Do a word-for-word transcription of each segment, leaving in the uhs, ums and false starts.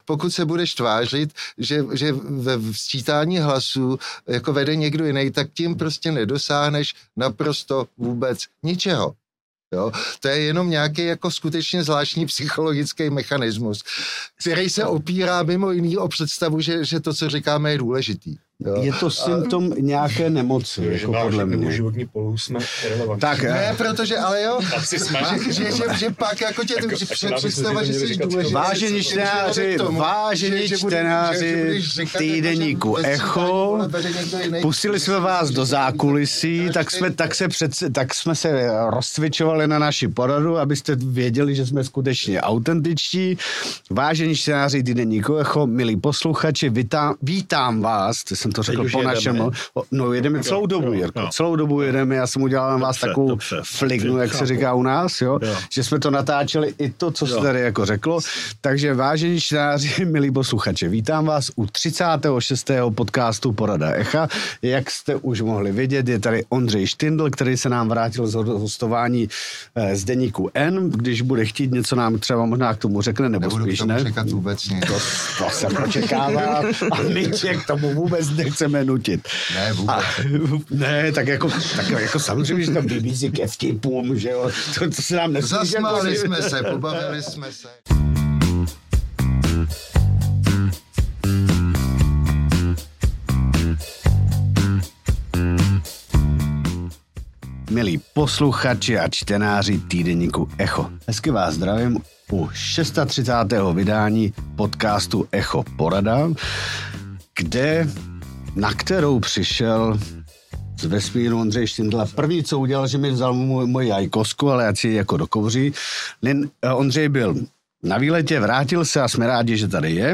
pokud se budeš tvářit, že, že ve sčítání hlasů jako vede někdo jiný, tak tím prostě nedosáhneš naprosto vůbec ničeho. Jo? To je jenom nějaký jako skutečně zvláštní psychologický mechanismus, který se opírá mimo jiný o představu, že, že to, co říkáme, je důležitý. Jo. Je to symptom a... nějaké nemoci, je, jako podle mě. Životní polu jsme relevantní. Tak, ne, protože, ale jo, že, že, že, že, že pak jako tě jako, představa, že jsi důležitý. Vážení čtenáři, vážení čtenáři týdeníku Echo, pustili jsme vás do zákulisí, tak jsme, tak, se před, tak jsme se rozcvičovali na naši poradu, abyste věděli, že jsme skutečně autentičtí. Vážení čtenáři týdeníku Echo, milí posluchači, vítám, vítám vás, ty jsem to řekl po našemu. No jedeme celou dobu, Jirko, no. celou dobu jedeme, já jsem udělal na vás dobře, takovou dobře, flignu, jak se říká u nás, jo? Jo. Že jsme to natáčeli i to, co se tady jako řeklo. Takže vážení čtenáři, milí posluchači, vítám vás u třicátého šestého podcastu Porada Echa. Jak jste už mohli vidět, je tady Ondřej Štindl, který se nám vrátil z hostování z deníku N. Když bude chtít něco nám třeba možná k tomu řekne, nebo Nebudu spíš ne. Nebudu vůbec nic. To, to se očekává a my tě k tomu vůbec nechceme nutit. Ne, vůbec. A, ne, tak jako, tak jako samozřejmě, že tam vybízí ke vtipům, že jo, to, to se nám nesmí. Zasmáli jako, jsme se, pobavili jsme se. Milí posluchači a čtenáři týdeníku Echo. Hezky vás zdravím u třicátého šestého vydání podcastu Echo Porada, kde, na kterou přišel z vesmíru Ondřej Štindl. První, co udělal, že mi vzal můj, můj jajkosku, ale ať si jako dokouří. Ondřej byl na výletě, vrátil se a jsme rádi, že tady je.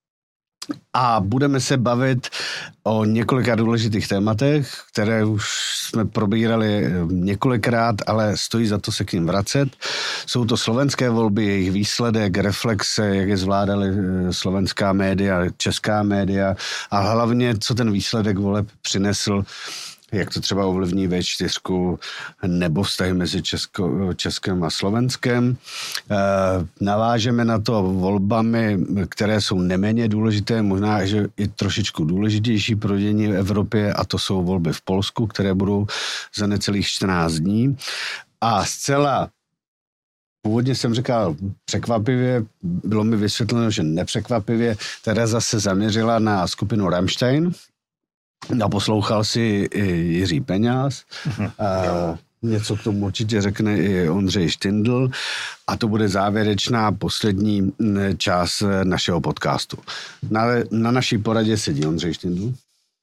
A budeme se bavit o několika důležitých tématech, které už jsme probírali několikrát, ale stojí za to se k ním vracet. Jsou to slovenské volby, jejich výsledek, reflexe, jak je zvládali slovenská média, česká média a hlavně, co ten výsledek voleb přinesl, jak to třeba ovlivní vé čtyři nebo vztahy mezi Česko, Českem a Slovenskem. E, navážeme na to volbami, které jsou neméně důležité, možná, že i trošičku důležitější pro dění v Evropě, a to jsou volby v Polsku, které budou za necelých čtrnáct dní. A zcela původně jsem říkal překvapivě, bylo mi vysvětleno, že nepřekvapivě, teda zase zaměřila na skupinu Rammstein. Naposlouchal si i Jiří Peňáz, a něco k tomu určitě řekne i Ondřej Štindl a to bude závěrečná poslední část našeho podcastu. Na, na naší poradě sedí Ondřej Štindl.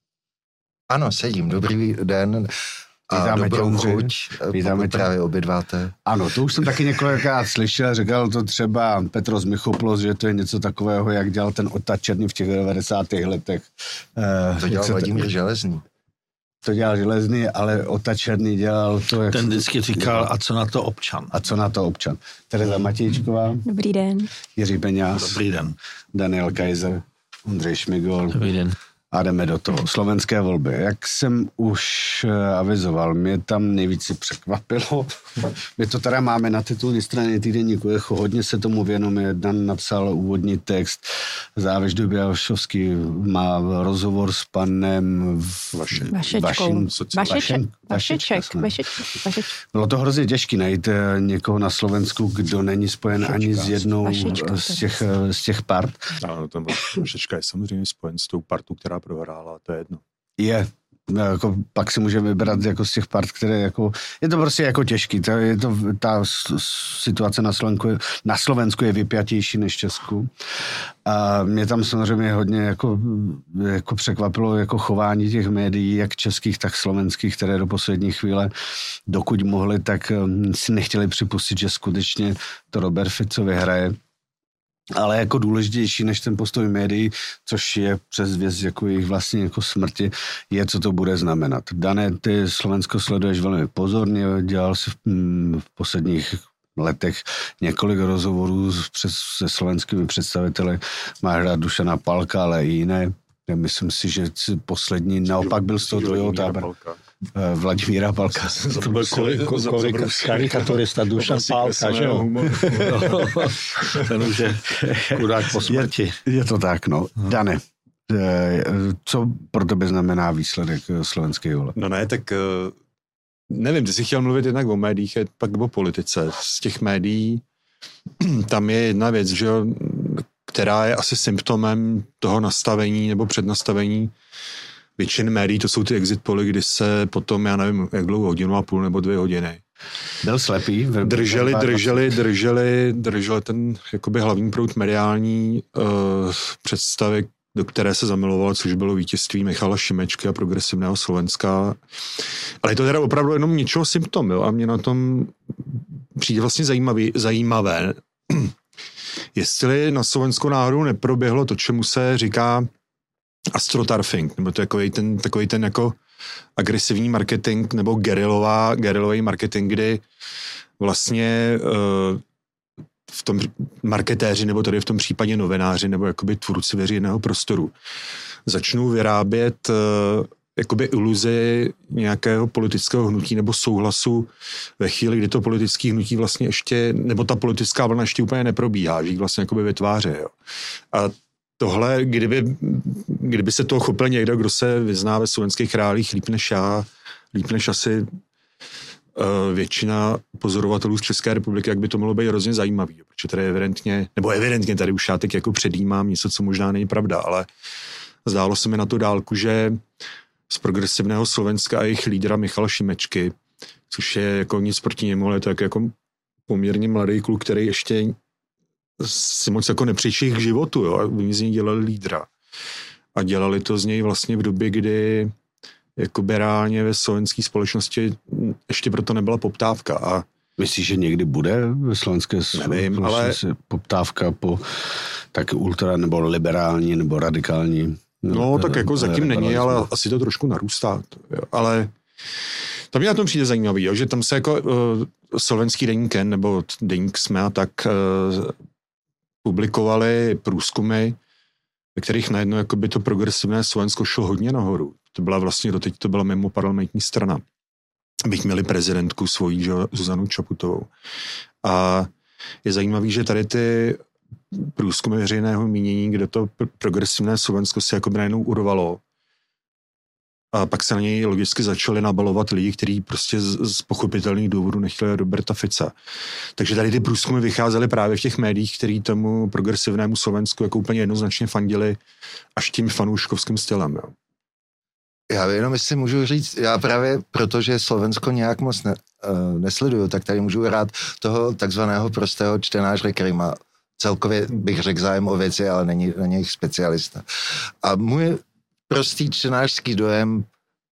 Ano, sedím. Dobrý den. A vítáme dobrou tě, chuť, vítáme pokud právě obědváte. Ano, to už jsem taky několikrát slyšel, říkal to třeba Petros Michopoulos, že to je něco takového, jak dělal ten Ota Černý v těch devadesátých letech. To dělal Vladimír t... Železný. To dělal Železný, ale Ota Černý dělal to, jak... Ten vždycky říkal, a co na to občan? A co na to občan? Tereza Matějčková. Dobrý den. Jiří Peňáz. Dobrý den. Daniel Kaiser. Ondřej Šmigol. Dobrý den. A jdeme do toho. Slovenské volby. Jak jsem už avizoval, mě tam nejvíc překvapilo. My to teda máme na titulní straně týdeníku Echo. Hodně se tomu věnuje. Dan napsal úvodní text. Závěš Dobiašovský má rozhovor s panem Vašečkou. Vašin, Vašeček. Vašeček. Vašeček. Bylo to hrozně těžké najít někoho na Slovensku, kdo není spojen Vašečka. Ani s jednou Vašečka, z, těch, z těch part. Ano, ten Vašečka je samozřejmě spojen s tou partou, která prohrála, to je jedno. Je. Jako, pak si můžeme vybrat jako z těch part, které jako, je to prostě jako těžký. To, je to, ta situace na Slovensku, na Slovensku je vypjatější než v Česku. A mě tam samozřejmě hodně jako, jako překvapilo jako chování těch médií, jak českých, tak slovenských, které do poslední chvíle, dokud mohli, tak si nechtěli připustit, že skutečně to Robert Fico vyhraje. Ale jako důležitější než ten postoj médií, což je přes věc jako jejich vlastně jako smrti, je, co to bude znamenat. Dané, ty Slovensko sleduješ velmi pozorně, dělal si v, v posledních letech několik rozhovorů přes, se slovenskými představiteli, máš rád Dušana Palka, ale i jiné. Já myslím si, že poslední naopak byl z toho druhého tábora. Vladimíra Pálka. To byl karikaturista Dušan Pálka, že jo? Ten už je chudák po smrti. Je, je to tak, no. Dane, co pro tebe znamená výsledek slovenských voleb? No ne, tak nevím, ty jsi chtěl mluvit jednak o médiích, a pak o politice. Z těch médií tam je jedna věc, že jo, která je asi symptomem toho nastavení nebo přednastavení většiny médií, to jsou ty exit poly, kdy se potom, já nevím, jak dlouho, hodinu a půl nebo dvě hodiny. Byl slepý? Drželi, drželi, drželi, drželi ten jakoby hlavní proud mediální uh, představy, do které se zamiloval, což bylo vítězství Michala Šimečky a progresivného Slovenska. Ale je to teda opravdu jenom něčeho symptom, jo? A mě na tom přijde vlastně zajímavý, zajímavé, jestli na Slovensku náhodou neproběhlo to, čemu se říká astroturfing, nebo to je takový ten, takový ten jako agresivní marketing, nebo gerilová, gerilový marketing, kdy vlastně uh, v tom marketéři, nebo tady v tom případě novináři, nebo jakoby tvůrci veřejného prostoru začnou vyrábět uh, jakoby iluzi nějakého politického hnutí nebo souhlasu ve chvíli, kdy to politické hnutí vlastně ještě, nebo ta politická vlna ještě úplně neprobíhá, že ji vlastně jakoby vytváří. Jo. A tohle, kdyby, kdyby se toho chopil někdo, kdo se vyzná ve slovenských reálích líp než já, líp než asi uh, většina pozorovatelů z České republiky, jak by to mohlo být hrozně zajímavý, protože tady evidentně, nebo evidentně tady už já teď jako předjímám něco, co možná není pravda, ale zdálo se mi na tu dálku, že z progresivného Slovenska a jejich lídra Michala Šimečky, což je jako nic proti němu, ale to je jako poměrně mladý kluk, který ještě si moc jako nepřičí k životu, jo, a oni z něj dělali lídra. A dělali to z něj vlastně v době, kdy jakoby reálně ve slovenské společnosti ještě proto nebyla poptávka. A myslíš, že někdy bude ve slovenské nevím, ale poptávka po tak ultra nebo liberální nebo radikální? No, no tak jako zatím není, ale asi to trošku narůstá. Jo. Ale to mě na tom přijde zajímavý, jo, že tam se jako uh, slovenský deník N nebo deník Sme a tak uh, publikovali průzkumy, ve kterých najednou jakoby to progresivné Slovensko šlo hodně nahoru. To byla vlastně doteď to byla mimo parlamentní strana. Byť měli prezidentku svojí, že, Zuzanu Čaputovou. A je zajímavý, že tady ty průzkumy veřejného mínění, kde to progresivné Slovensko se jakoby najednou urvalo. A pak se na něj logicky začali nabalovat lidi, kteří prostě z, z pochopitelných důvodů nechtěli Roberta Fica. Takže tady ty průzkumy vycházely právě v těch médiích, který tomu progresivnému Slovensku jako úplně jednoznačně fandili až tím fanouškovským stylem. Jo. Já jenom, jestli můžu říct, já právě protože Slovensko nějak moc ne, uh, nesleduju, tak tady můžu hrát toho takzvaného prostého čtenáře, který má celkově, bych řekl, zájem o věci, ale není na něj specialista. A můj prostý čtenářský dojem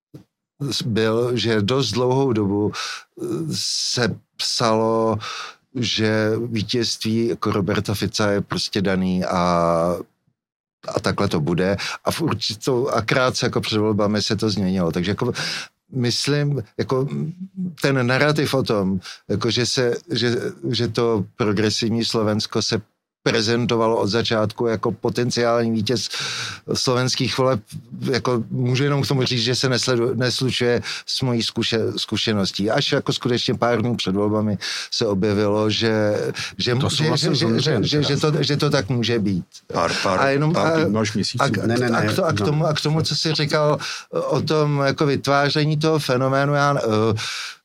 byl, že dost dlouhou dobu se psalo, že vítězství jako Roberta Fica je prostě daný a, a takhle to bude. A v určitou, a krátce jako před volbami se to změnilo. Takže jako myslím, jako ten narrativ o tom, jako že, se, že, že to progresivní Slovensko se prezentovalo od začátku jako potenciální vítěz slovenských voleb, jako můžu jenom k tomu říct, že se nesledu, neslučuje s mojí zkuše, zkušeností. Až jako skutečně pár dnů před volbami se objevilo, že, že, to že, vlastně že, že, že, že, to, že to tak může být. Pár, pár, a jenom, pár a, měsíců. A, ne, ne, ne, a, k to, a, k tomu, a k tomu, co jsi říkal o tom jako vytváření toho fenoménu, já uh,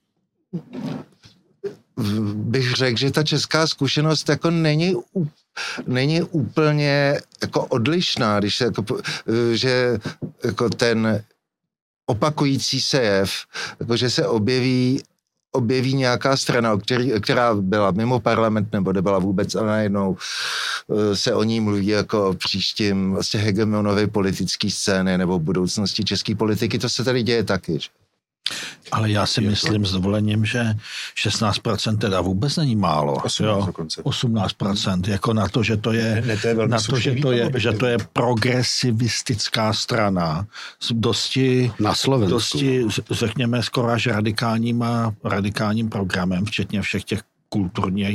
bych řekl, že ta česká zkušenost jako není není úplně jako odlišná, když se jako, že jako ten opakující se jev, jako že se objeví objeví nějaká strana, který, která byla mimo parlament nebo nebyla vůbec, a najednou se o ní mluví jako o příštím vlastně hegemonovi politické scény nebo budoucnosti české politiky, to se tady děje taky. Že? Ale já si myslím s dovolením, že šestnáct procent teda vůbec není málo. osmnáct procent, jako na to, že to je, ne, ne, to je na to, že to je, že to je progresivistická strana s dosti, na Slovensku. dosti, řekněme, skoro až radikálním, radikálním programem, včetně všech těch kulturních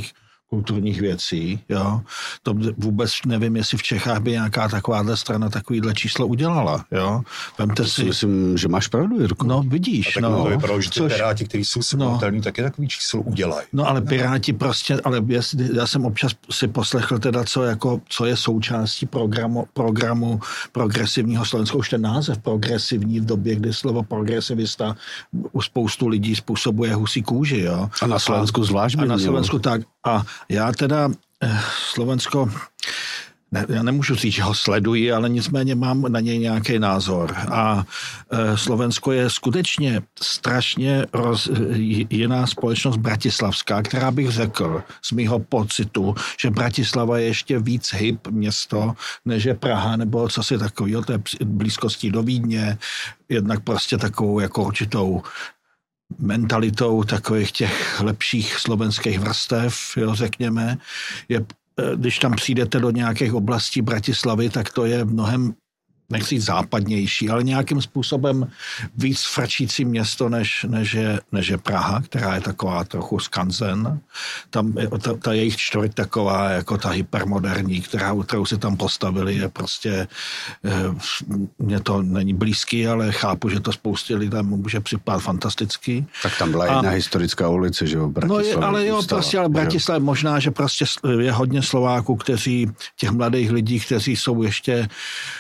kulturních věcí, jo. To vůbec nevím, jestli v Čechách by nějaká takováhle strana takovýhle číslo udělala, jo. Vemte si... Myslím, že máš pravdu, Jirko. No, vidíš, tak no. To vypadalo, že ty což... Piráti, kteří jsou srovnatelní, no. taky takový číslo udělají. No, ale Piráti prostě, ale já jsem občas si poslechl teda, co, jako, co je součástí programu, programu progresivního Slovenska. Už ten název progresivní v době, kdy slovo progresivista u spoustu lidí způsobuje husí kůži, jo. A na Slovensku zvlášť. A na Slovensku tak. A já teda eh, Slovensko, ne, já nemůžu říct, že ho sleduji, ale nicméně mám na něj nějaký názor. A eh, Slovensko je skutečně strašně roz, jiná společnost bratislavská, která bych řekl z mýho pocitu, že Bratislava je ještě víc hip město, než je Praha, nebo co si takového, to je blízkostí do Vídně, jednak prostě takovou jako určitou mentalitou takových těch lepších slovenských vrstev, jo, řekněme. Je, když tam přijdete do nějakých oblastí Bratislavy, tak to je mnohem, nechci říct západnější, ale nějakým způsobem víc frčící město, než, než, je, než je Praha, která je taková trochu skanzen. Tam ta, ta jejich čtvrť taková, jako ta hypermoderní, která, kterou si tam postavili, je prostě, mně to není blízký, ale chápu, že to spoustě lidem může připadat fantastický. Tak tam byla a, jedna historická ulice, že jo, Bratislavy. No je, ale jo, ustala, prostě, ale Bratislav možná, že prostě je hodně Slováků, kteří, těch mladých lidí, kteří jsou ještě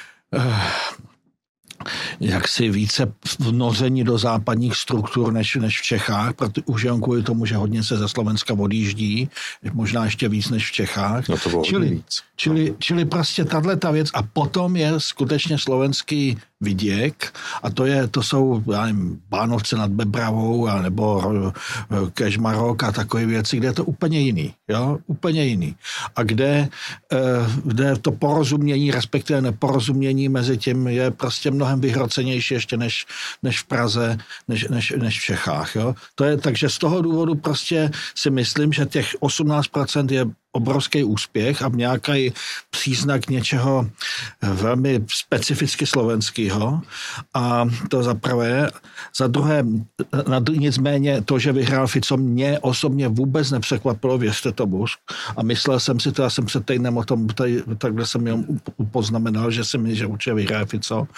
jak si více vnoření do západních struktur než, než v Čechách, protože už jen kvůli tomu, že hodně se ze Slovenska odjíždí, možná ještě víc než v Čechách. No to bylo čili, víc. Čili, čili prostě tato věc a potom je skutečně slovenský viděk a to, je, to jsou, já nevím, Bánovce nad Bebravou a nebo Kežmarok a takové věci, kde je to úplně jiný, jo, úplně jiný. A kde, kde to porozumění, respektive neporozumění mezi tím je prostě mnohem vyhrocenější ještě než, než v Praze, než, než, než v Čechách, jo. To je, takže z toho důvodu prostě si myslím, že těch osmnáct procent je obrovský úspěch a nějaký příznak něčeho velmi specificky slovenského. A to za prvé. Za druhé, nicméně to, že vyhrál Fico, mě osobně vůbec nepřekvapilo, věřte tomu. A myslel jsem si to, já jsem před týdnem o tom, tady, takhle jsem jenom poznamenal, že jsem že určitě vyhraje Fico.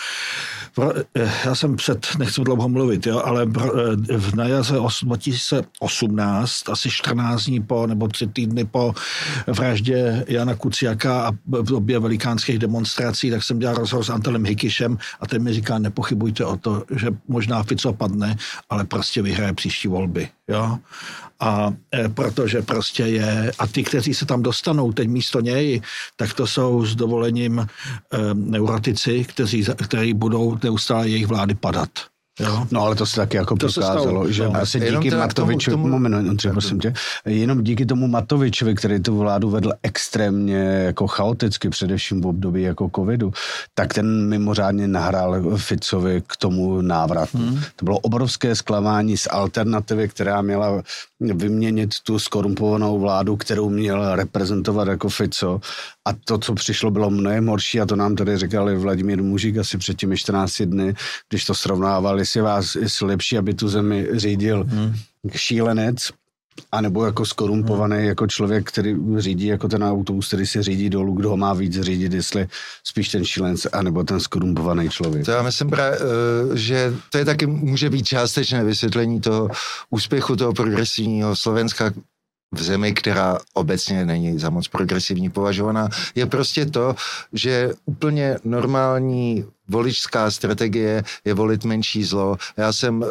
Já jsem před, nechci dlouho mluvit, jo, ale v na jaře dva tisíce osmnáct, asi čtrnáct dní po, nebo tři týdny po vraždě Jana Kuciaka a v době velikánských demonstrací, tak jsem dělal rozhovor s Antelem Hikišem a ten mi říká, nepochybujte o to, že možná Fico padne, ale prostě vyhraje příští volby. Jo? A e, protože prostě je, a ty, kteří se tam dostanou teď místo něj, tak to jsou s dovolením e, neurotici, kteří, kteří budou neustále jejich vlády padat. Jo? No ale to se taky jako prokázalo, že no. asi díky Matovičovi, tomu, tomu... moment, prosím tě, jenom díky tomu Matovičovi, který tu vládu vedl extrémně jako chaoticky, především v období jako covidu, tak ten mimořádně nahrál Ficovi k tomu návratu. Hmm. To bylo obrovské zklamání z alternativy, která měla vyměnit tu skorumpovanou vládu, kterou měl reprezentovat jako Fico. A to, co přišlo, bylo mnohem horší a to nám tady říkali Vladimír Mužík asi před těmi čtrnácti dny, když to srovnával, jestli vás jestli lepší, aby tu zemi řídil hmm. šílenec, anebo jako skorumpovaný hmm. jako člověk, který řídí jako ten autobus, který se řídí dolů, kdo ho má víc řídit, jestli spíš ten šílenec, anebo ten skorumpovaný člověk. To já myslím, že to je taky může být částečné vysvětlení toho úspěchu toho progresivního Slovenska v zemi, která obecně není za moc progresivní považovaná, je prostě to, že úplně normální voličská strategie je volit menší zlo. Já jsem uh,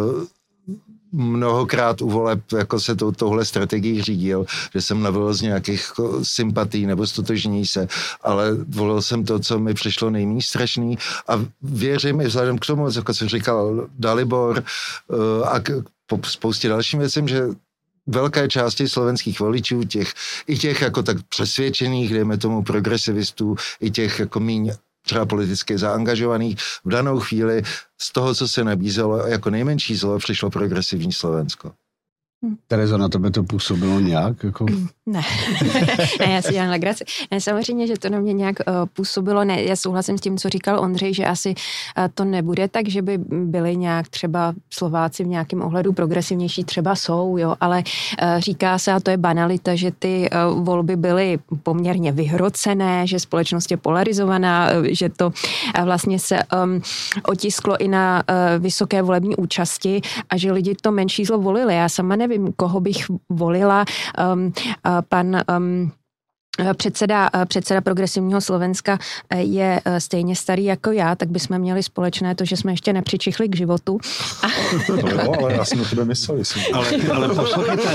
mnohokrát u voleb jako se to, touhle strategií řídil, že jsem nevolil z nějakých jako, sympatí nebo stotožnění se, ale volil jsem to, co mi přišlo nejméně strašný a věřím i vzhledem k tomu, jako jsem říkal Dalibor uh, a k, po spoustě dalším věcem, že velké části slovenských voličů, těch, i těch jako tak přesvědčených, dejme tomu progresivistů, i těch jako míň třeba politicky zaangažovaných, v danou chvíli z toho, co se nabízelo jako nejmenší zlo, přišlo progresivní Slovensko. Terezo, na tebe to působilo nějak? Jako... Ne. ne, já si dělám legraci. Ne, samozřejmě, že to na mě nějak uh, působilo. Ne, já souhlasím s tím, co říkal Ondřej, že asi uh, to nebude tak, že by byli nějak třeba Slováci v nějakém ohledu progresivnější, třeba jsou, jo, ale uh, říká se, a to je banalita, že ty uh, volby byly poměrně vyhrocené, že společnost je polarizovaná, uh, že to uh, vlastně se um, otisklo i na uh, vysoké volební účasti a že lidi to menší zlo volili. Já sama nevím, koho bych volila. Um, pan um, Předseda, předseda Progresivního Slovenska je stejně starý jako já, tak bychom měli společné to, že jsme ještě nepřičichli k životu. A... To jo, ale já jsem na tebe myslel. ale, ale poslouchejte,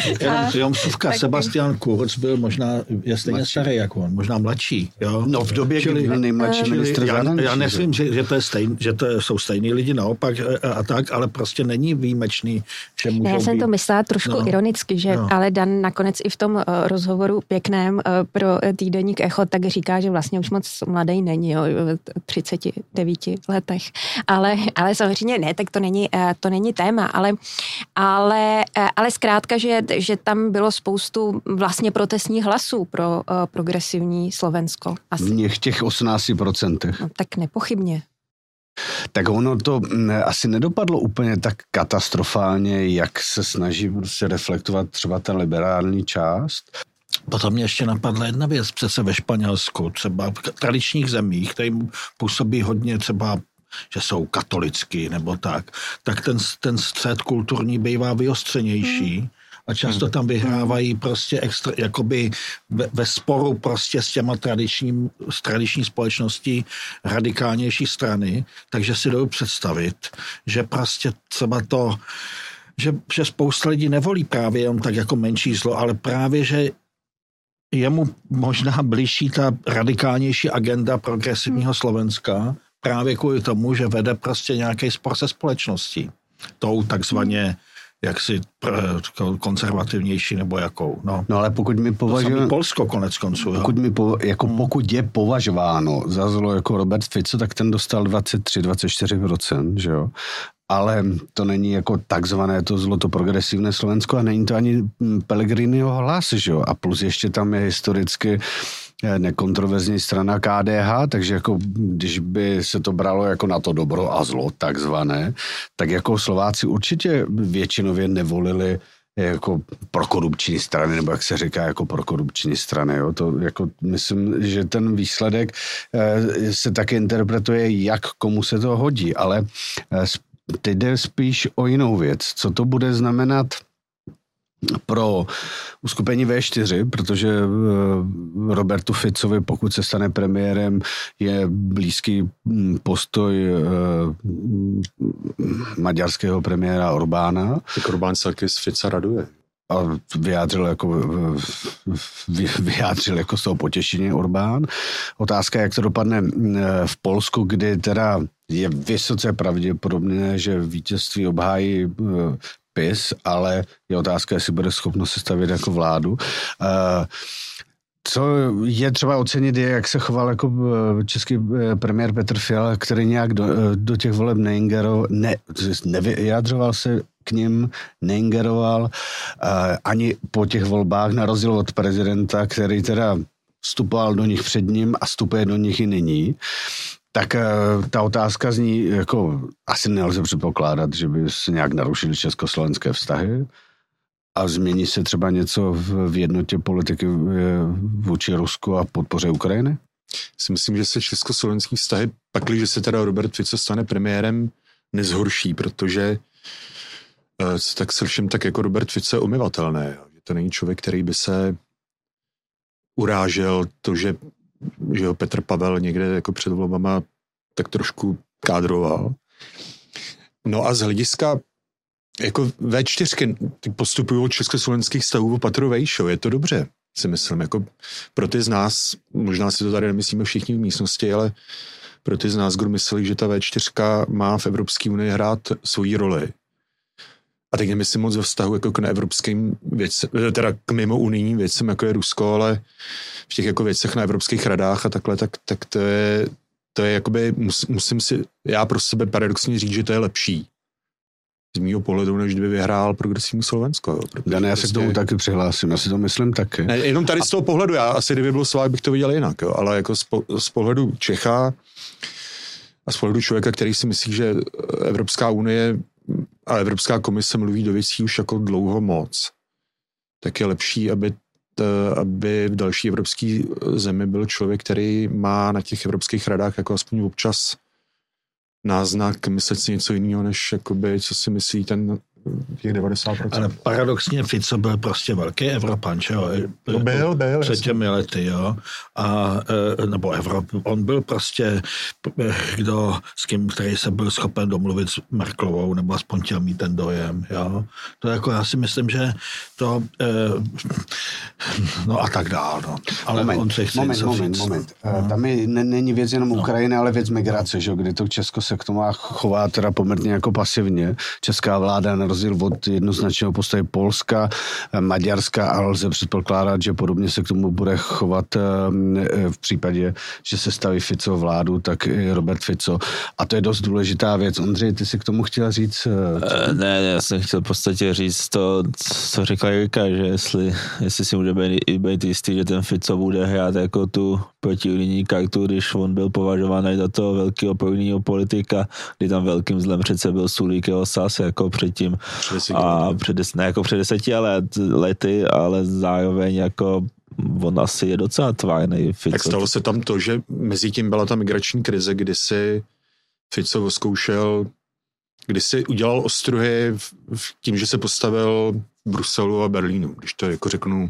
jenom vsuvka, Sebastian Kurz byl možná, je stejně mladší. Starý jako on, možná mladší. Jo? No v době, kdy byl nejmladší ministr zahraničí. Já, já myslím, že, že, to je stejn, že to jsou stejní lidi naopak a, a tak, ale prostě není výjimečný, že můžou Já jsem být... to myslela trošku no. ironicky, že no. ale Dan nakonec i v tom rozhovoru pěkném pro týdeník Echo, tak říká, že vlastně už moc mladý není, jo, v třiceti devíti letech. Ale, ale samozřejmě ne, tak to není, to není téma, ale, ale, ale zkrátka, že, že tam bylo spoustu vlastně protestních hlasů pro uh, progresivní Slovensko. Asi. V těch osmnácti procentech. No, tak nepochybně. Tak ono to asi nedopadlo úplně tak katastrofálně, jak se snaží prostě reflektovat třeba ta liberální část. Potom mě ještě napadla jedna věc, přece ve Španělsku, třeba v tradičních zemích, které působí hodně třeba, že jsou katolický nebo tak, tak ten, ten střed kulturní bývá vyostřenější. Hmm. A často tam vyhrávají prostě extra, jakoby ve, ve sporu prostě s těma tradičním, s tradiční společností radikálnější strany, takže si dovedu představit, že prostě třeba to, že, že spousta lidí nevolí právě jenom tak jako menší zlo, ale právě, že je mu možná blížší ta radikálnější agenda progresivního Slovenska právě kvůli tomu, že vede prostě nějaký spor se společností. Tou takzvaně jaksi konzervativnější nebo jakou. No, no ale pokud mi považujeme... Polsko konec konců. Pokud, mi po, jako hmm. pokud je považováno za zlo jako Robert Fico, tak ten dostal dvacet tři až dvacet čtyři procent, že jo? Ale to není jako takzvané to zlo, to progresivné Slovensko a není to ani Pellegriniho hlas, že jo? A plus ještě tam je historicky nekontroverzní strana K D H, takže jako když by se to bralo jako na to dobro a zlo takzvané, tak jako Slováci určitě většinově nevolili jako prokorupční strany, nebo jak se říká, jako prokorupční strany. Jo? To jako myslím, že ten výsledek eh, se taky interpretuje, jak komu se to hodí, ale eh, teď jde spíš o jinou věc. Co to bude znamenat pro uskupení V čtyři, protože Robertu Ficovi, pokud se stane premiérem, je blízký postoj maďarského premiéra Orbána. Tak Orbán se taky z Fica raduje. A vyjádřil jako, vyjádřil jako z toho potěšení Orbán. Otázka, jak to dopadne v Polsku, kdy teda je vysoce pravděpodobné, že vítězství obhájí P I S, ale je otázka, jestli bude schopno sestavit jako vládu. Co je třeba ocenit, je, jak se choval jako český premiér Petr Fiala, který nějak do, do těch voleb neingeroval, ne, nevyjadřoval se k nim, neingeroval ani po těch volbách, na rozdíl od prezidenta, který teda vstupoval do nich před ním a vstupuje do nich i nyní. Tak ta otázka zní, jako asi nelze předpokládat, že by se nějak narušily československé vztahy a změní se třeba něco v jednotě politiky vůči Rusku a podpoře Ukrajiny? Si myslím, že se československý vztahy, pakliže se teda Robert Fico stane premiérem, nezhorší, protože tak se všem tak jako Robert Fico je omyvatelné. Že to není člověk, který by se urážel to, že že ho Petr Pavel někde jako před volbama tak trošku kádroval. No a z hlediska jako V čtyři postupují od československých stavů opatrovejšou. Je to dobře, si myslím. Jako pro ty z nás, možná si to tady nemyslíme všichni v místnosti, ale pro ty z nás, kdo mysleli, že ta V čtyři má v Evropské unii hrát svoji roli. A teď nemyslím moc ve vztahu jako k neevropským věcem, teda k mimo unijním věcem, jako je Rusko, ale v těch jako věcech na evropských radách a takhle, tak, tak to je, to je jakoby, mus, musím si, já pro sebe paradoxně říct, že to je lepší. z mýho pohledu, než kdyby vyhrál progresivní Slovensko. Dane, já se prostě... k tomu taky přihlásím, já si to myslím taky. Ne, jenom tady z toho pohledu, já asi kdyby byl Slovák, bych to viděl jinak, jo, ale jako z, po, z pohledu Čecha a z pohledu člověka, který si myslí, že Evropská unie a Evropská komise mluví do věcí už jako dlouho moc, tak je lepší, aby, t, aby v další evropské zemi byl člověk, který má na těch evropských radách jako aspoň občas náznak myslet si něco jiného, než jakoby, co si myslí ten těch devadesát procent. Ale paradoxně Fico byl prostě velký Evropan, že jo? No byl, byl. Před těmi lety, jo? A, nebo Evrop, on byl prostě kdo, s kým, který se byl schopen domluvit s Merkelovou, nebo aspoň chtěl mít ten dojem, jo? To jako já si myslím, že to no a tak dál, no. Ale moment, on se chce moment, moment, moment. No. Tam je, ne, není věc jenom Ukrajiny, no. ale věc migrace, že? Kdy to Česko se k tomu chová teda poměrně jako pasivně. Česká vláda na rozdíl od jednoznačného postavy Polska, Maďarska, ale lze předpokládat, že podobně se k tomu bude chovat v případě, že se staví Fico vládu, tak i Robert Fico. A to je dost důležitá věc. Ondřej, ty si k tomu chtěl říct? Co? Ne, já jsem chtěl v podstatě říct to, co řekla Jirka, že jestli, jestli si může být, být jistý, že ten Fico bude hrát jako tu protiunijní kartu, když on byl považovaný za toho velkého prounijního politika, kdy tam velkým zlem přece byl Sulík jeho Sas jako předtím. A před, ne jako před deseti let, lety, ale zároveň jako on asi je docela tvárnej. Fico. Tak stalo se tam to, že mezi tím byla ta migrační krize, kdy si Fico zkoušel, kdy si udělal ostruhy v, v tím, že se postavil v Bruselu a Berlínu, když to jako řeknu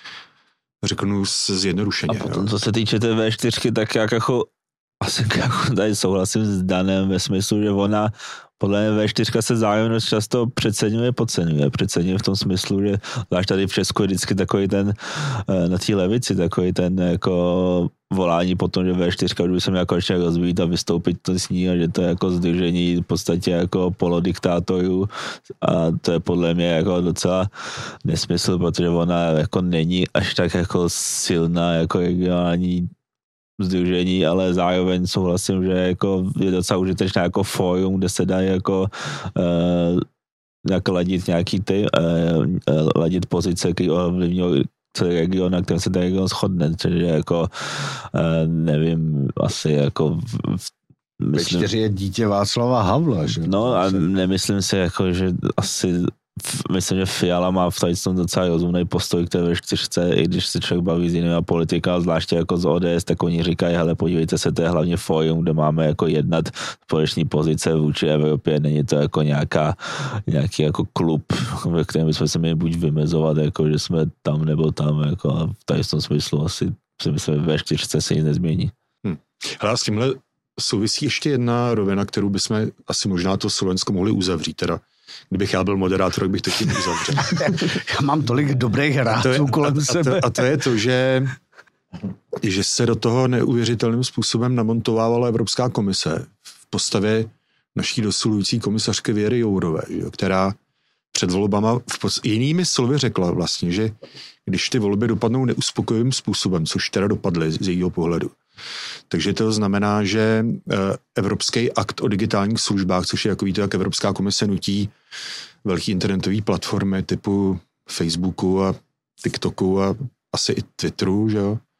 řeknu zjednodušeně. A potom, jo. Co se týče té vé čtyři, tak jak jako asi jako tady souhlasím s Danem ve smyslu, že ona podle mě vé čtyři se zároveň často přeceňuje, podceňuje. Přeceňuje v tom smyslu, že zvlášť tady v Česku je vždycky takový ten na té levici, takový ten jako volání potom, že vé čtyři už by se měl konečně rozvíjet a vystoupit to s ní a že to je jako združení v podstatě jako polodiktátorů a to je podle mě jako docela nesmysl, protože ona jako není až tak jako silná jako regionální sdružení, ale zároveň souhlasím, že jako je docela užitečná jako fórum, kde se dá jako uh, jako ladit nějaký ty, uh, ladit pozice, který ovlivňují celý region, na kterém se ten region shodne, takže jako uh, nevím, asi jako v, myslím, čtyři je dítě Václava Havla, že? No a nemyslím si jako, že asi myslím, že Fiala má v tady tom docela rozumný postoj k té ve čtyřce, i když se člověk baví s jinými politika, zvláště jako z O D S, tak oni říkají, hele, podívejte se, to je hlavně fórum, kde máme jako jednat společní pozice vůči Evropě, není to jako nějaká, nějaký jako klub, ve kterém bychom se měli buď vymezovat, jako že jsme tam nebo tam, jako a v tady tom smyslu asi si myslím, že ve čtyřce se nic nezmění. Hmm. Hele, s tímhle souvisí ještě jedna rovina, kterou bychom asi možná to Slovensko mohli uzavřít, teda kdybych já byl moderátor, tak bych to tím uzavřel. Já mám tolik dobrých hráčů kolem a, sebe. A to, a to je to, že, že se do toho neuvěřitelným způsobem namontovávala Evropská komise v postavě naší dosilující komisařky Věry Jourové, která před volbama v pos- jinými slovy řekla vlastně, že když ty volby dopadnou neuspokojivým způsobem, což teda dopadly z jejího pohledu, takže to znamená, že Evropský akt o digitálních službách, což je takový to, jak Evropská komise nutí velký internetové platformy typu Facebooku a TikToku a asi i Twitteru, že jo,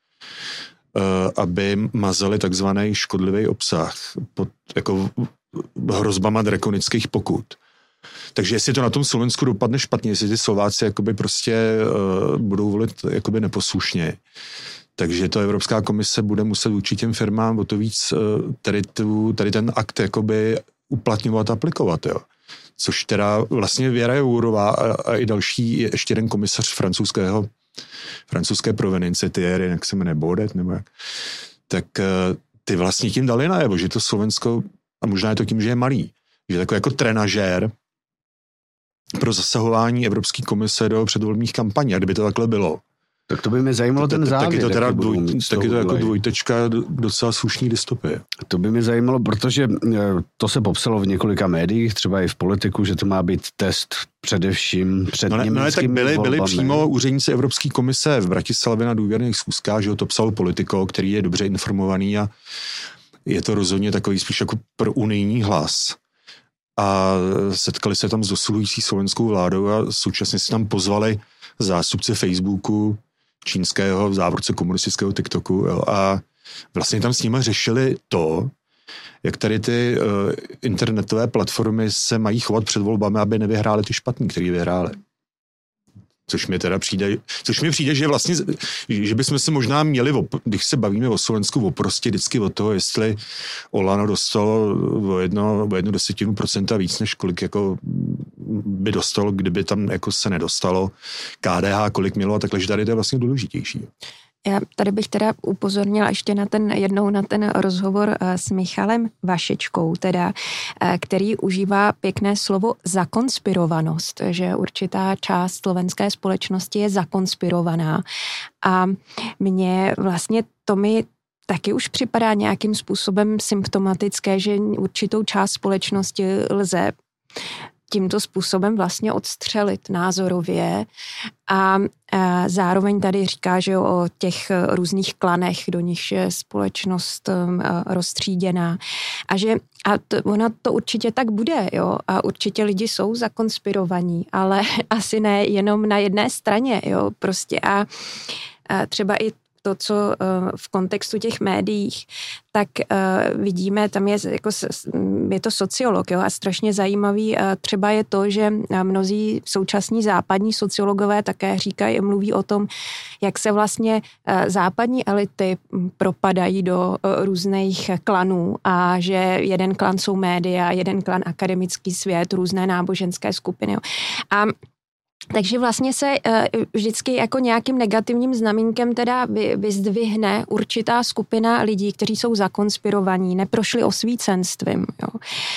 aby mazali takzvaný škodlivý obsah pod jako hrozbama drakonických pokut. Takže jestli to na tom Slovensku dopadne špatně, jestli ty Slováci jakoby prostě uh, budou volit jakoby neposlušně, takže to Evropská komise bude muset vůči těm firmám o to víc tady, tu, tady ten akt jakoby uplatňovat a aplikovat, jo. Což teda vlastně Věra Jourová a, a i další, ještě jeden komisař francouzského, francouzské provenience, Thierry, jak se jmenuje, Baudet, nebo jak, tak ty vlastně tím dali najevo, že to Slovensko, a možná je to tím, že je malý, že takový jako trenažér pro zasahování Evropské komise do předvolebních kampaní, a kdyby to takhle bylo, tak to by mě zajímalo ten závěr. Taky to, teda dvoj, taky to jako dvojtečka docela slušný dystopie. To by mě zajímalo, protože to se popsalo v několika médiích, třeba i v politiku, že to má být test především před no ne, německými no ne, tak byli, volbami. byli přímo úředníci Evropské komise v Bratislavě na důvěrných schůzkách, že ho to psal Politico, který je dobře informovaný a je to rozhodně takový spíš jako pro unijní hlas. a setkali se tam s dosilující slovenskou vládou a současně si tam pozvali zástupce Facebooku, čínského, v závorce komunistického TikToku, jo, a vlastně tam s nimi řešili to, jak tady ty uh, internetové platformy se mají chovat před volbami, aby nevyhráli ty špatní, který vyhráli. Což mi teda přijde, což mi přijde, že vlastně, že bychom se možná měli, když se bavíme o Slovensku, oprostit vždycky od toho, jestli Olano dostalo o jedno, o jednu desetinu procenta víc, než kolik jako by dostalo, kdyby tam jako se nedostalo, K D H kolik mělo a takhle, že tady to je vlastně důležitější. Já tady bych teda upozornila ještě na ten, jednou na ten rozhovor s Michalem Vašečkou, teda, který užívá pěkné slovo zakonspirovanost, že určitá část slovenské společnosti je zakonspirovaná. A mně vlastně to mi taky už připadá nějakým způsobem symptomatické, že určitou část společnosti lze tímto způsobem vlastně odstřelit názorově a, a zároveň tady říká, že o těch různých klanech, do nichž je společnost roztříděná a že a to, ona to určitě tak bude, jo, a určitě lidi jsou zakonspirovaní, ale asi ne jenom na jedné straně, jo, prostě a, a třeba i to, co v kontextu těch médiích, tak vidíme, tam je, jako, je to sociolog, jo, a strašně zajímavý třeba je to, že mnozí současní západní sociologové také říkají, mluví o tom, jak se vlastně západní elity propadají do různých klanů a že jeden klan jsou média, jeden klan akademický svět, různé náboženské skupiny. Jo. A takže vlastně se uh, vždycky jako nějakým negativním znamínkem teda vy, vyzdvihne určitá skupina lidí, kteří jsou zakonspirovaní, neprošli osvícenstvím. Jo.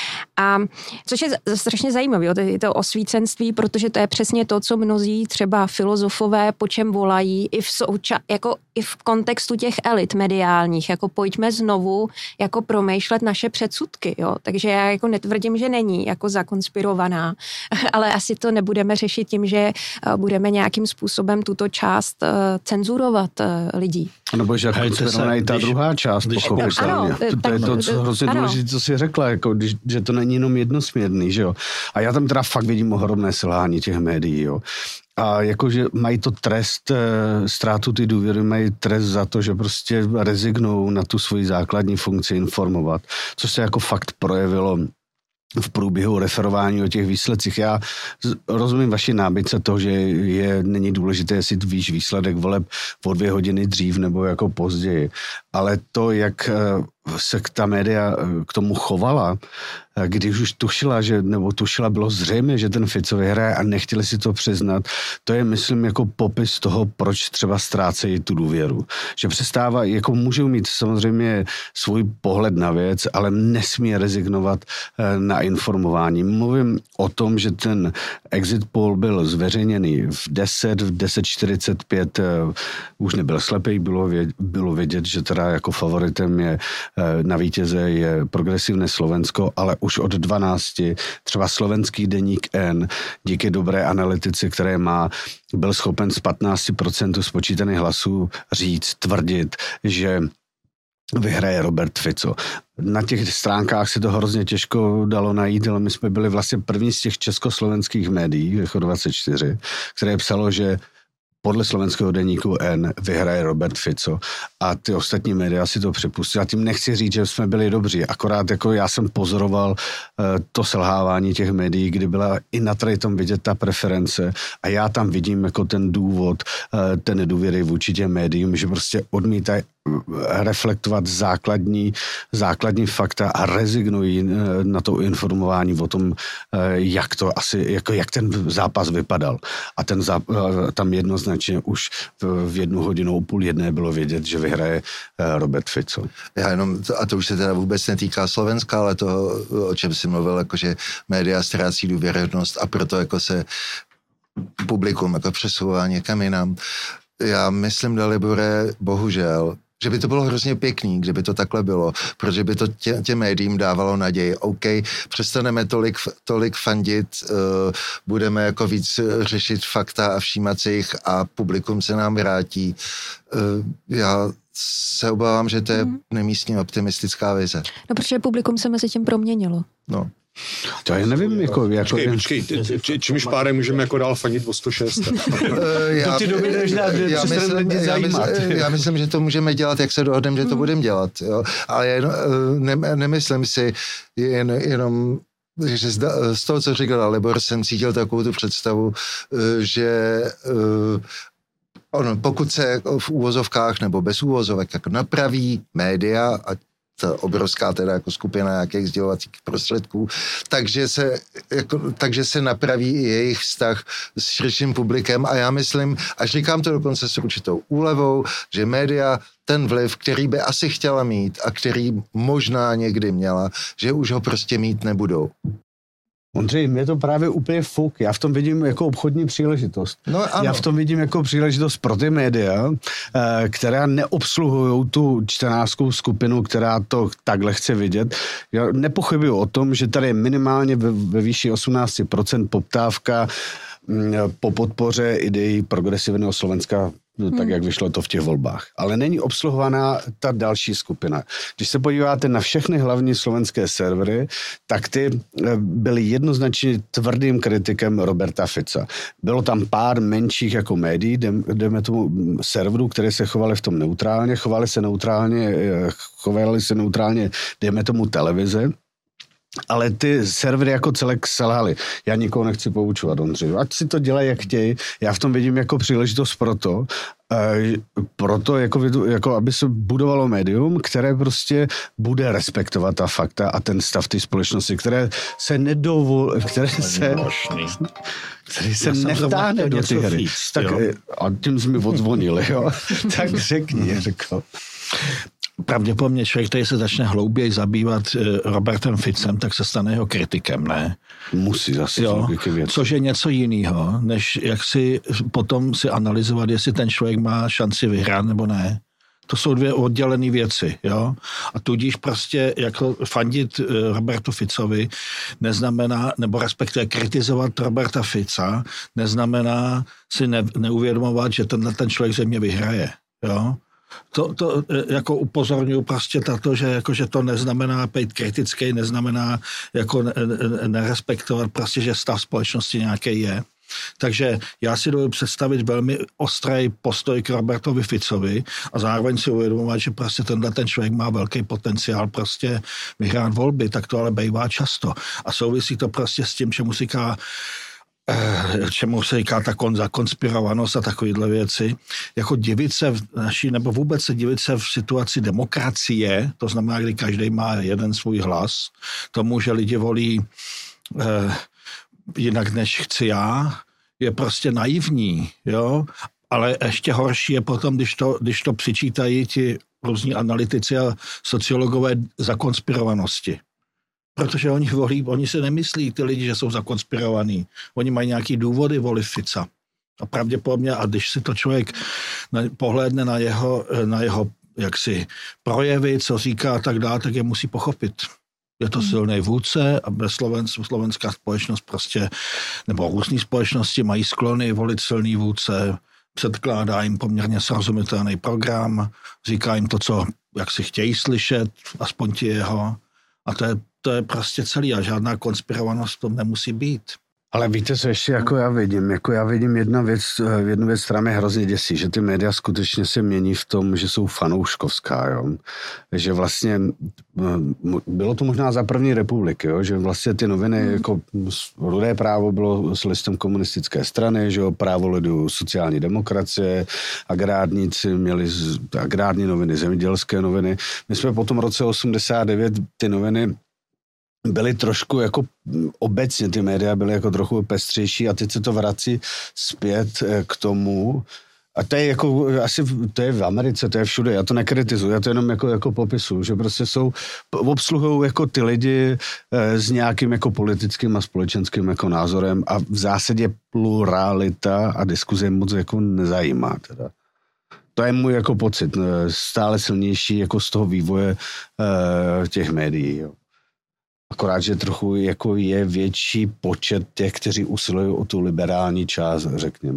A což je strašně zajímavé, jo, to, to osvícenství, protože to je přesně to, co mnozí třeba filozofové po čem volají i v, souča, jako, i v kontextu těch elit mediálních, jako pojďme znovu jako promýšlet naše předsudky. Jo. Takže já jako netvrdím, že není jako zakonspirovaná, ale asi to nebudeme řešit tím, že budeme nějakým způsobem tuto část uh, cenzurovat uh, lidí. Nebo že konspirovaná i ta když, druhá část, pochopitelně. To, to je to, co hrozně důležité, co jsi řekla, jako, když, že to není jenom jednosměrný, že jo. A já tam teda fakt vidím ohromné selhání těch médií, jo. A jakože mají to trest, ztrátu ty důvěry, mají trest za to, že prostě rezignou na tu svoji základní funkci informovat, což se jako fakt projevilo v průběhu referování o těch výsledcích. Já rozumím vaši nábytce toho, že je, není důležité, jestli víš výsledek voleb o dvě hodiny dřív nebo jako později. Ale to, jak se ta média k tomu chovala, když už tušila, že, nebo tušila, bylo zřejmé, že ten Fico vyhraje a nechtěli si to přiznat, to je, myslím, jako popis toho, proč třeba ztrácejí tu důvěru. Že přestává, jako můžou mít samozřejmě svůj pohled na věc, ale nesmí rezignovat na informování. Mluvím o tom, že ten exit poll byl zveřejněný v deset, v deset čtyřicet pět, už nebyl slepý, bylo, bylo vidět, že teda jako favoritem je na vítěze je progresivné Slovensko, ale už od dvanácti třeba slovenský deník N díky dobré analytice, které má, byl schopen z patnáct procent spočítaných hlasů říct, tvrdit, že vyhraje Robert Fico. Na těch stránkách se to hrozně těžko dalo najít, ale my jsme byli vlastně první z těch československých médií, jako dvacet čtyři, které psalo, že podle slovenského deníku N vyhraje Robert Fico a ty ostatní média si to připustili. A tím nechci říct, že jsme byli dobří, akorát jako já jsem pozoroval uh, to selhávání těch médií, kdy byla i na tady tom vidět ta preference a já tam vidím jako ten důvod, uh, ten nedůvěry vůči těm médiím, že prostě odmítají reflektovat základní, základní fakta a rezignují na to informování o tom, jak to asi, jako jak ten zápas vypadal. A ten záp, tam jednoznačně už v jednu hodinu půl jedné bylo vědět, že vyhraje Robert Fico. Já jenom, a to už se teda vůbec netýká Slovenska, ale toho, o čem jsi mluvil, jakože média ztrácí důvěryhodnost a proto jako se publikum jako přesouvá někam jinam. Já myslím, Dalibore, bohužel, že by to bylo hrozně pěkný, kdyby to takhle bylo, protože by to tě, těm médiím dávalo naději. OK, přestaneme tolik, tolik fandit, uh, budeme jako víc řešit fakta a všímat si jich a publikum se nám vrátí. Uh, já se obávám, že to je mm. nemístně optimistická vize. No, protože publikum se mezi tím proměnilo. No. To já nevím, jako... jako počkej, počkej, či, čímž pádem můžeme jako dál fanit o sto šest. já, to ty doby možná já, myslím, já, myslím, já myslím, že to můžeme dělat, jak se dohodneme, že to budeme dělat. Jo? Ale jen, ne, nemyslím si jen, jenom... že z toho, co říkal Libor, jsem cítil takovou tu představu, že ono, pokud se v úvozovkách nebo bez úvozovek jako napraví média a ta obrovská teda jako skupina nějakých sdělovacích prostředků, takže se, jako, takže se napraví i jejich vztah s širším publikem a já myslím, a říkám to dokonce s určitou úlevou, že média ten vliv, který by asi chtěla mít a který možná někdy měla, že už ho prostě mít nebudou. Ondřej, mě to právě úplně fuk. Já v tom vidím jako obchodní příležitost. No, ano. Já v tom vidím jako příležitost pro ty média, která neobsluhují tu čtenářskou skupinu, která to takhle chce vidět. Já nepochybuju o tom, že tady je minimálně ve, ve výši osmnáct procent poptávka po podpoře ideí progresivního Slovenska, no, tak hmm. jak vyšlo to v těch volbách. Ale není obsluhovaná ta další skupina. Když se podíváte na všechny hlavní slovenské servery, tak ty byly jednoznačně tvrdým kritikem Roberta Fica. Bylo tam pár menších jako médií, jdeme tomu serverů, které se chovaly v tom neutrálně, chovali se neutrálně, chovali se neutrálně, jdeme tomu televize, ale ty servery jako celek selhaly. Já nikoho nechci poučovat, Ondřej. Ať si to dělají, jak chtějí. Já v tom vidím jako příležitost pro to, e, proto jako, jako aby se budovalo médium, které prostě bude respektovat ta fakta a ten stav té společnosti, které se nedovol, které se, který se nevtáhne do ty hry. Víc, tak, a tím jsi mi odzvonili, jo? Tak řekni, řekl. Pravděpodobně člověk, který se začne hlouběji zabývat Robertem Ficem, tak se stane jeho kritikem, ne? Musí zase. Jo, což je něco jiného, než jak si potom si analyzovat, jestli ten člověk má šanci vyhrát nebo ne. To jsou dvě oddělené věci, jo? A tudíž prostě jako fandit Robertu Ficovi neznamená, nebo respektive kritizovat Roberta Fica, neznamená si ne, neuvědomovat, že tenhle ten člověk země vyhraje, jo? To, to jako upozorňuji prostě tato, že, jako, že to neznamená být kritický, neznamená jako nerespektovat prostě, že stav společnosti nějaký je. Takže já si dovedu představit velmi ostrý postoj k Robertovi Ficovi a zároveň si uvědomovat, že prostě tenhle ten člověk má velký potenciál prostě vyhrát volby, tak to ale bývá často. A souvisí to prostě s tím, čemu si říká čemu se říká ta zakonspirovanost a takovéhle věci, jako divit se v naší, nebo vůbec se divit se v situaci demokracie, to znamená, kdy každý má jeden svůj hlas, tomu, že lidi volí eh, jinak než chci já, je prostě naivní, jo, ale ještě horší je potom, když to, když to přičítají ti různí analytici a sociologové zakonspirovanosti. Protože oni volí, oni se nemyslí, ty lidi, že jsou zakonspirovaní. Oni mají nějaký důvody volit Fica. A pravděpodobně, a když si to člověk na, pohlédne na jeho, na jeho jaksi projevy, co říká a tak dále, tak je musí pochopit. Je to silný vůdce a bez Slovensk, slovenská společnost prostě, nebo různý společnosti mají sklony volit silný vůdce, předkládá jim poměrně srozumitelný program, říká jim to, co jak si chtějí slyšet, aspoň ti jeho. A to je To je prostě celý a žádná konspirovanost v tom nemusí být. Ale víte, co ještě jako já vidím? Jako já vidím jedna věc, jednu věc, která mě hrozně děsí, že ty média skutečně se mění v tom, že jsou fanouškovská, jo? Že vlastně bylo to možná za první republiky, jo? Že vlastně ty noviny, hmm. jako Rudé právo bylo s listem komunistické strany, že jo? Právo lidu sociální demokracie, agrárníci měli agrární noviny, zemědělské noviny. My jsme po tom roce osmdesát devět ty noviny byly trošku jako obecně, ty média byly jako trochu pestřejší a teď se to vrací zpět k tomu. A to je jako, asi to je v Americe, to je všude, já to nekritizuji, já to jenom jako, jako popisuju, že prostě jsou, obsluhují jako ty lidi e, s nějakým jako politickým a společenským jako názorem a v zásadě pluralita a diskuze moc jako nezajímá teda. To je můj jako pocit, stále silnější jako z toho vývoje e, těch médií, jo. Akorát, že trochu jako je větší počet těch, kteří usilují o tu liberální část, řekněme.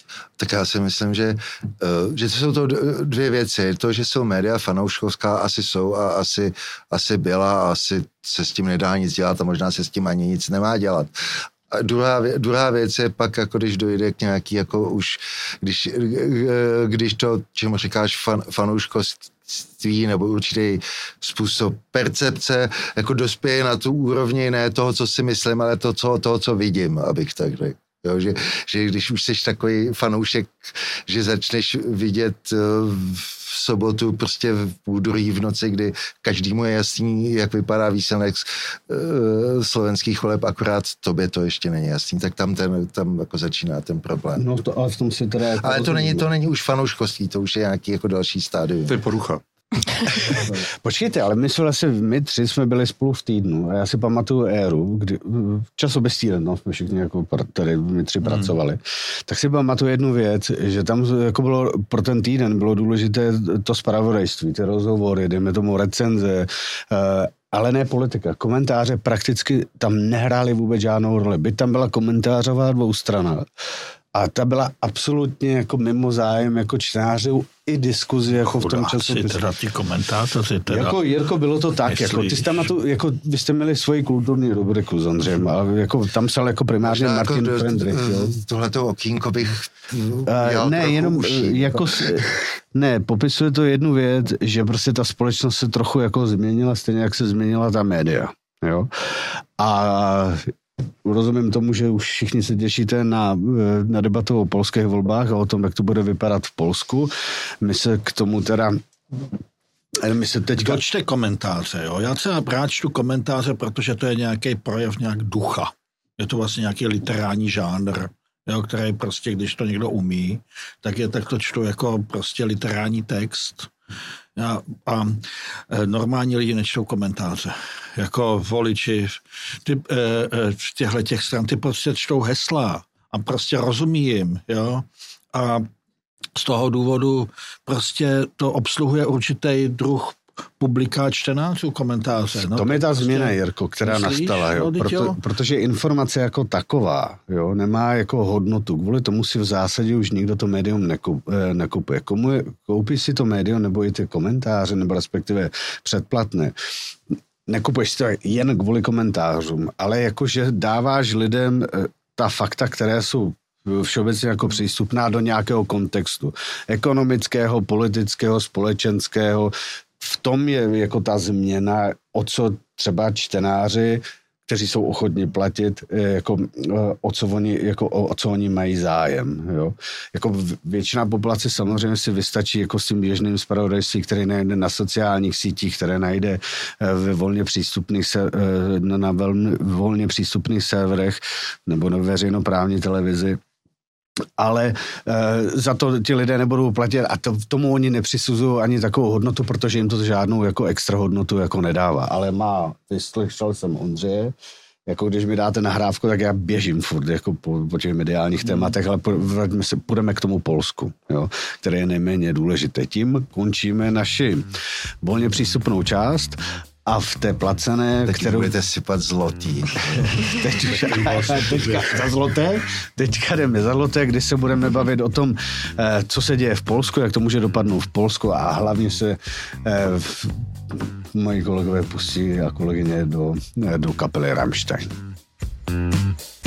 Tak já si myslím, že, že to jsou to dvě věci. To, že jsou média fanouškovská, asi jsou a asi, asi byla a asi se s tím nedá nic dělat a možná se s tím ani nic nemá dělat. A druhá, druhá věc je pak, jako když dojde k nějaký, jako už, když, když to, čemu říkáš fan, fanouškovství nebo určitý způsob percepce, jako dospěje na tu úrovni ne toho, co si myslím, ale to, co, toho, co vidím, abych tak řekl. Jo, že, že když už jsi takový fanoušek, že začneš vidět v sobotu prostě v půl druhý v noci, kdy každému je jasný, jak vypadá výsledek uh, slovenských voleb, akorát tobě to ještě není jasný, tak tam, ten, tam jako začíná ten problém. No to, ale v tom si teda... Ale to není, to není už fanouškovství, to už je nějaký jako další stádium. To je porucha. Počkejte, ale my jsme vlastně, my tři jsme byli spolu v týdnu a já si pamatuju éru, kdy časopis Týden, no, jsme všichni jako tady my tři hmm. pracovali, tak si pamatuju jednu věc, že tam jako bylo pro ten týden bylo důležité to zpravodajství, ty rozhovory, dejme tomu recenze, ale ne politika. Komentáře prakticky tam nehrály vůbec žádnou roli. Byť tam byla komentářová dvoustrana. A ta byla absolutně jako mimo zájem jako čtenářů i diskuzi jako v tom časopise. Teda ty komentátoři teda. Jako Jirko, bylo to tak, Myslíš? jako ty jsi tam na tu, jako vy jste měli svoji kulturní rubriku s Ondřejem, ale jako tam psal jako primárně možná Martin jako Frendrich. Tohleto okýnko bych uh, ne, jenom uší. Jako ne, popisuje to jednu věc, že prostě ta společnost se trochu jako změnila, stejně jak se změnila ta média, jo. A rozumím tomu, že už všichni se těšíte na, na debatu o polských volbách a o tom, jak to bude vypadat v Polsku. My se k tomu teda... My se teďka... Dočte komentáře, jo. Já třeba rád čtu komentáře, protože to je nějaký projev nějak ducha. Je to vlastně nějaký literární žánr, jo, který prostě, když to někdo umí, tak je tak to čtu jako prostě literární text. A, a normální lidi nečtou komentáře. Jako voliči ty, e, e, v těchto těch stran, ty prostě čtou hesla a prostě rozumí jim, jo. A z toho důvodu prostě to obsluhuje určitý druh publika čtenářů komentáře. No, to je ta prostě, změna, Jirko, která myslíš? nastala, jo? No, Proto, jo. Protože informace jako taková, jo, nemá jako hodnotu. Kvůli tomu si v zásadě už nikdo to médium nekup, nekupuje. Komu je, koupí si to médium nebo i ty komentáře, nebo respektive předplatné. Nekupuješ to jen kvůli komentářům, ale jakože dáváš lidem ta fakta, které jsou všeobecně jako přístupná do nějakého kontextu. Ekonomického, politického, společenského. V tom je jako ta změna, o co třeba čtenáři, kteří jsou ochotní platit, jako, o, co oni, jako, o, o co oni mají zájem. Jo? Jako většina populace samozřejmě si vystačí jako s tím běžným zpravodajství, který najde na sociálních sítích, které najde ve volně přístupných, na velmi volně přístupných serverech nebo na veřejnoprávní televizi. Ale e, za to ti lidé nebudou platit a to, tomu oni nepřisuzují ani takovou hodnotu, protože jim to žádnou jako extra hodnotu jako nedává. Ale má, vyslyšel jsem Ondřeje, jako když mi dáte nahrávku, tak já běžím furt jako po, po těch mediálních tématech, ale půjdeme, se, půjdeme k tomu Polsku, jo, které je nejméně důležité. Tím končíme naši volně přístupnou část. A v té placené, teď kterou... budete sypat zlotý. Teď už, teďka za zloté, teďka jdeme za zloté, kdy se budeme bavit o tom, co se děje v Polsku, jak to může dopadnout v Polsku a hlavně se v, moji kolegové pustí a kolegyně do, do kapely Rammstein.